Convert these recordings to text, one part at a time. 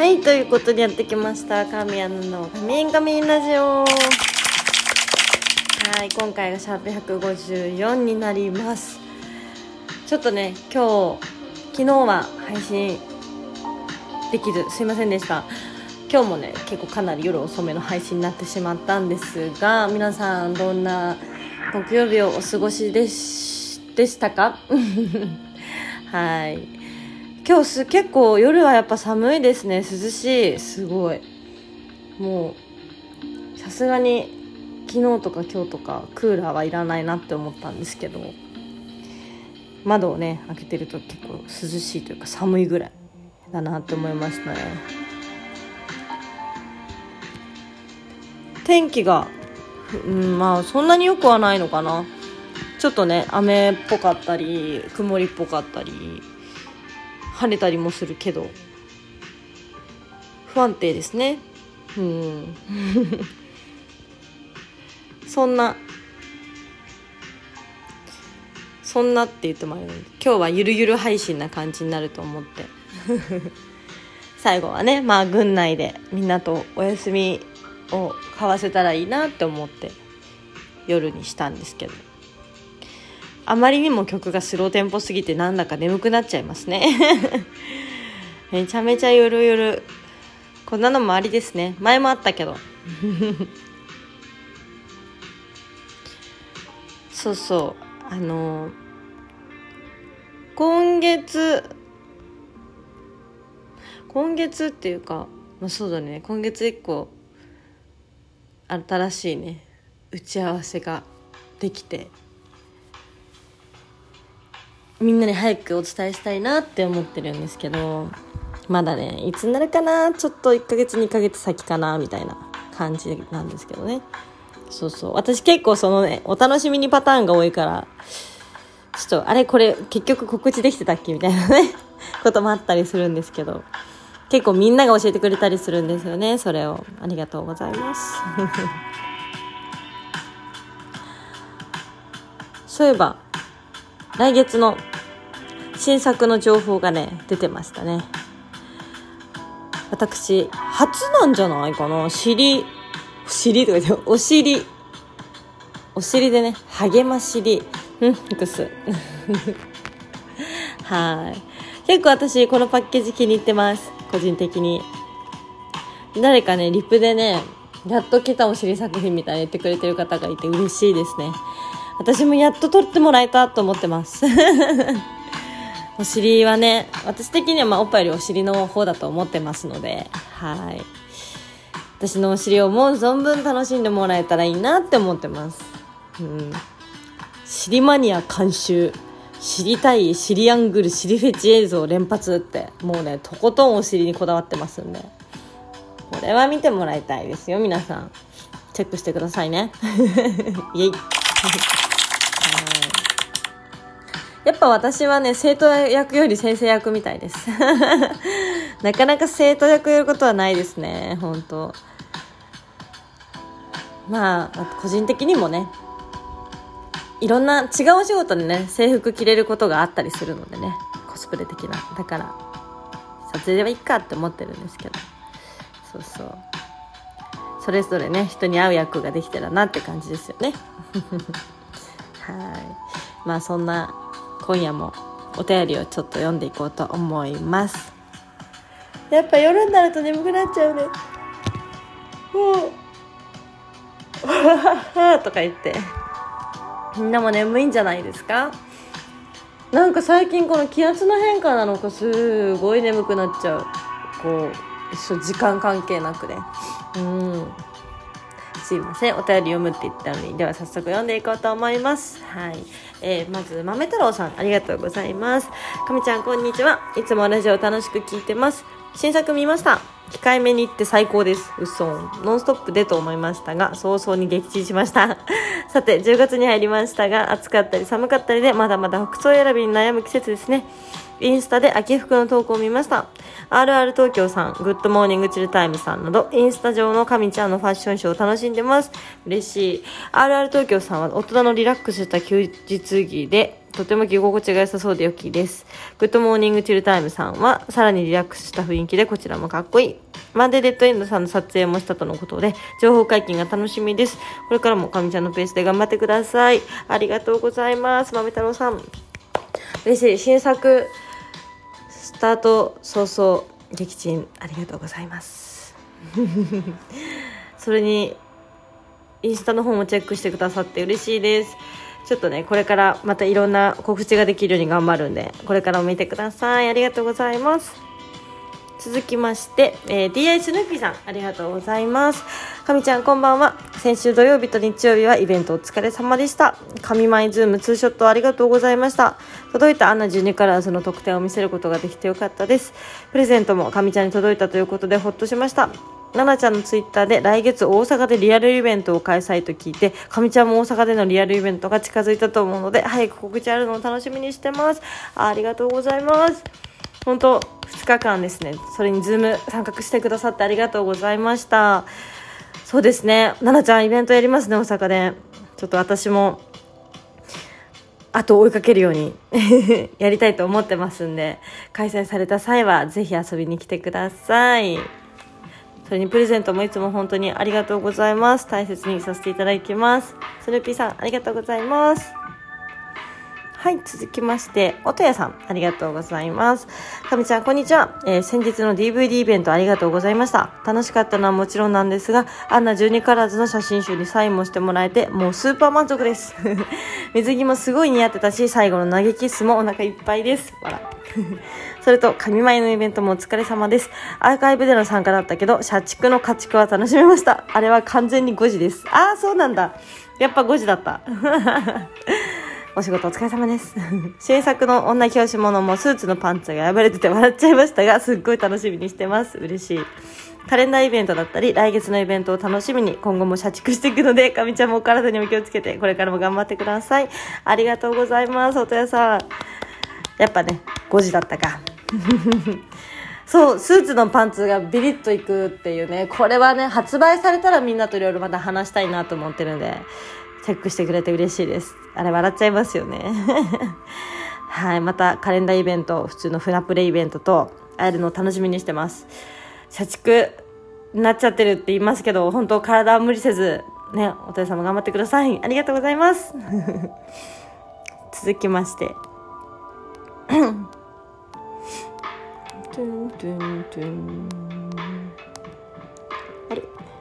はい、ということでやってきました神谷のカミンカミンラジオ。はい、今回がシャープ154になります。ちょっとね、昨日は配信できずすいませんでした。今日もね、結構かなり夜遅めの配信になってしまったんですが、皆さんどんな木曜日をお過ごしでしたかはい、今日結構夜はやっぱ寒いですね。涼しい、すごい。もうさすがに昨日とか今日とかクーラーはいらないなって思ったんですけど、窓をね開けてると結構涼しいというか寒いぐらいだなって思いましたね。天気がまあそんなに良くはないのかな。ちょっとね雨っぽかったり曇りっぽかったり晴れたりもするけど不安定ですね。そんなって言ってもあれなんで、今日はゆるゆる配信な感じになると思って最後はね、まあ軍内でみんなとお休みを交わせたらいいなって思って夜にしたんですけど、あまりにも曲がスローテンポすぎてなんだか眠くなっちゃいますねめちゃめちゃゆるゆる、こんなのもありですね。前もあったけどそうそう、今月っていうか、まあ、そうだね、今月1個新しいね打ち合わせができて、みんなに早くお伝えしたいなって思ってるんですけど、まだねいつになるかな、ちょっと1ヶ月2ヶ月先かなみたいな感じなんですけどね。そうそう、私結構そのねお楽しみにパターンが多いから、ちょっとあれこれ結局告知できてたっけみたいなねこともあったりするんですけど、結構みんなが教えてくれたりするんですよね。それをありがとうございますそういえば来月の新作の情報がね出てましたね。私初なんじゃないかな。お尻とか言ってお尻でね励ましりくすはい、結構私このパッケージ気に入ってます。個人的に誰かねリップでねやっと来たお尻作品みたいに言ってくれてる方がいて嬉しいですね。私もやっと撮ってもらえたと思ってますお尻はね、私的にはまあおっぱいよりお尻の方だと思ってますので、はい、私のお尻をもう存分楽しんでもらえたらいいなって思ってます。尻マニア監修、尻対尻アングル尻フェチ映像連発って、もうねとことんお尻にこだわってますんで、これは見てもらいたいですよ。皆さんチェックしてくださいねイエイやっぱ私はね生徒役より先生役みたいですなかなか生徒役やることはないですね、本当。まあ個人的にもねいろんな違うお仕事でね制服着れることがあったりするのでね、コスプレ的な、だから撮影はいいかって思ってるんですけど、そうそう、それぞれね人に合う役ができたらなって感じですよねはい、まあそんな今夜もお便りをちょっと読んでいこうと思います。やっぱ夜になると眠くなっちゃうねとか言ってみんなも眠いんじゃないですか。なんか最近この気圧の変化なのかすごい眠くなっちゃう。こう時間関係なくね。すいません、お便り読むって言ったのに、では早速読んでいこうと思います。はい、まず豆太郎さん、ありがとうございます。かみちゃんこんにちは。いつもラジオ楽しく聞いてます。新作見ました。控えめに言って最高です。嘘、ノンストップでと思いましたが早々に撃沈しましたさて10月に入りましたが、暑かったり寒かったりでまだまだ服装選びに悩む季節ですね。インスタで秋服の投稿を見ました。 RR 東京さん、グッドモーニングチルタイムさんなどインスタ上のかみちゃんのファッションショーを楽しんでます。嬉しい。 RR 東京さんは大人のリラックスした休日着でとても着心地が良さそうで良きです。グッドモーニングチルタイムさんはさらにリラックスした雰囲気でこちらもかっこいい。マンデーレッドエンドさんの撮影もしたとのことで情報解禁が楽しみです。これからもかみちゃんのペースで頑張ってください。ありがとうございます。豆太郎さん、嬉しい。新作スタート早々撃沈ありがとうございますそれにインスタの方もチェックしてくださって嬉しいです。ちょっとね、これからまたいろんな告知ができるように頑張るんで、これからも見てください。ありがとうございます。続きまして、DI スヌーピーさん、ありがとうございます。かみちゃんこんばんは。先週土曜日と日曜日はイベントお疲れ様でした。神マイズームツーショットありがとうございました。届いたアンナ12カラーズの特典を見せることができてよかったです。プレゼントもかみちゃんに届いたということでほっとしました。ななちゃんのツイッターで来月大阪でリアルイベントを開催と聞いて、かみちゃんも大阪でのリアルイベントが近づいたと思うので早く告知あるのを楽しみにしてます。ありがとうございます。本当2日間ですね、それにズーム参画してくださってありがとうございました。そうですね、ななちゃんイベントやりますね、大阪で。ちょっと私も後を追いかけるようにやりたいと思ってますんで、開催された際はぜひ遊びに来てください。それにプレゼントもいつも本当にありがとうございます。大切にさせていただきます。スヌーピーさんありがとうございます。はい、続きまして音谷さんありがとうございます。かみちゃんこんにちは。先日の DVD イベントありがとうございました。楽しかったのはもちろんなんですが、アンナ12カラーズの写真集にサインもしてもらえてもうスーパー満足です水着もすごい似合ってたし、最後の投げキッスもお腹いっぱいです。笑それと神前のイベントもお疲れ様です。アーカイブでの参加だったけど社畜の家畜は楽しめました。あれは完全に5時です。ああそうなんだ、やっぱ5時だったお仕事お疲れ様です新作の女表紙物もスーツのパンツが破れてて笑っちゃいましたが、すっごい楽しみにしてます。嬉しい。カレンダーイベントだったり来月のイベントを楽しみに今後も社畜していくので、かみちゃんもお体にお気をつけてこれからも頑張ってください。ありがとうございます。音谷さんやっぱね5時だったかそう、スーツのパンツがビリッといくっていうね、これはね発売されたらみんなといろいろまた話したいなと思ってるんで、チェックしてくれて嬉しいです。あれ笑っちゃいますよねはい、またカレンダーイベント、普通のフラプレイベントと会えるのを楽しみにしてます。社畜になっちゃってるって言いますけど、本当体は無理せずね、お父さんも頑張ってください。ありがとうございます続きましてトゥントゥントゥン、あれ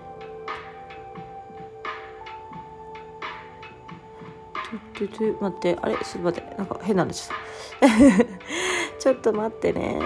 待って、あれちょっと待って、なんか変なんですちょっと待ってね。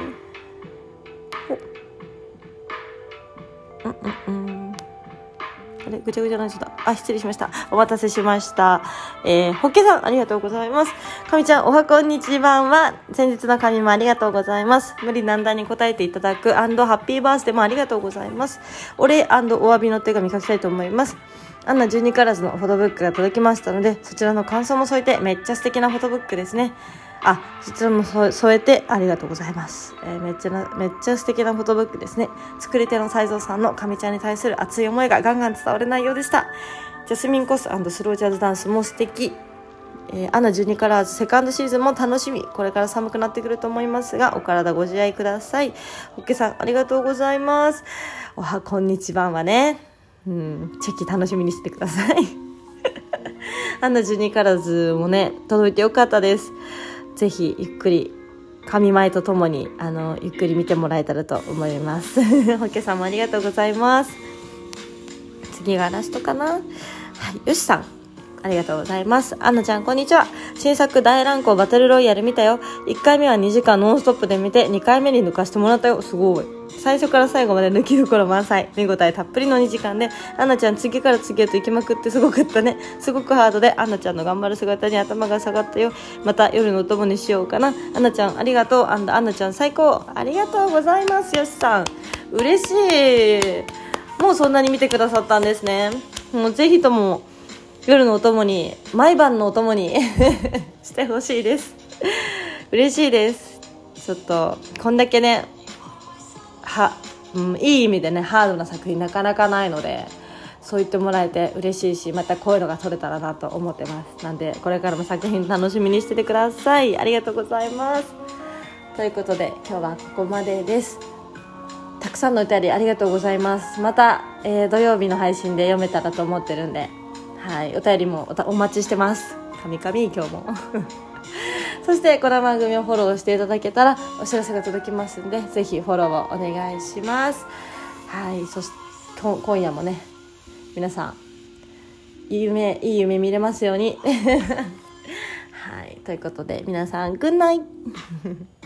あれぐちゃぐちゃになっちゃった。あ、失礼しました。お待たせしました。ホッケさんありがとうございます。かみちゃんおはこんにちはんは。先日の紙もありがとうございます。無理難題に答えていただく&ハッピーバースデーもありがとうございます。お礼&お詫びの手紙書きたいと思います。アンナ12カラーズのフォトブックが届きましたので、そちらの感想も添えて、めっちゃ素敵なフォトブックですね。あ、そちらも添えてありがとうございます。めっちゃ素敵なフォトブックですね。作り手の斉蔵さんのかみちゃんに対する熱い思いがガンガン伝わる内容でした。ジャスミンコス&スロージャズダンスも素敵。アナ12カラーズセカンドシーズンも楽しみ。これから寒くなってくると思いますが、お体ご自愛ください。ホッケさんありがとうございます。おはこんにちはね、チェキ楽しみにしてくださいアナ12カラーズもね届いてよかったです。ぜひゆっくり紙前とともにゆっくり見てもらえたらと思いますホッケさんもありがとうございます。次がラストかな。はい、よしさんありがとうございます。アンナちゃんこんにちは。新作大乱行バトルロイヤル見たよ。1回目は2時間ノンストップで見て、2回目に抜かしてもらったよ。すごい。最初から最後まで抜きどころ満載、見応えたっぷりの2時間で、アンナちゃん次から次へと行きまくってすごかったね。すごくハードでアンナちゃんの頑張る姿に頭が下がったよ。また夜のお供にしようかな。アンナちゃんありがとう。アンナちゃん最高。ありがとうございます。よしさん嬉しい。もうそんなに見てくださったんですね。もうぜひとも夜のお供に、毎晩のお供にしてほしいです嬉しいです。ちょっとこんだけねいい意味でねハードな作品なかなかないので、 そう言ってもらえて嬉しいし、またこういうのが撮れたらなと思ってます。なんでこれからも作品楽しみにしててください。ありがとうございます。ということで今日はここまでです。たくさんのお便りありがとうございます。また、土曜日の配信で読めたらと思ってるんで、はい、お便りもお待ちしてます。神々今日もそしてこの番組をフォローしていただけたらお知らせが届きますんで、ぜひフォローをお願いします。はい、そして今夜もね、皆さんいい夢見れますようにはい、ということで皆さんグッナイ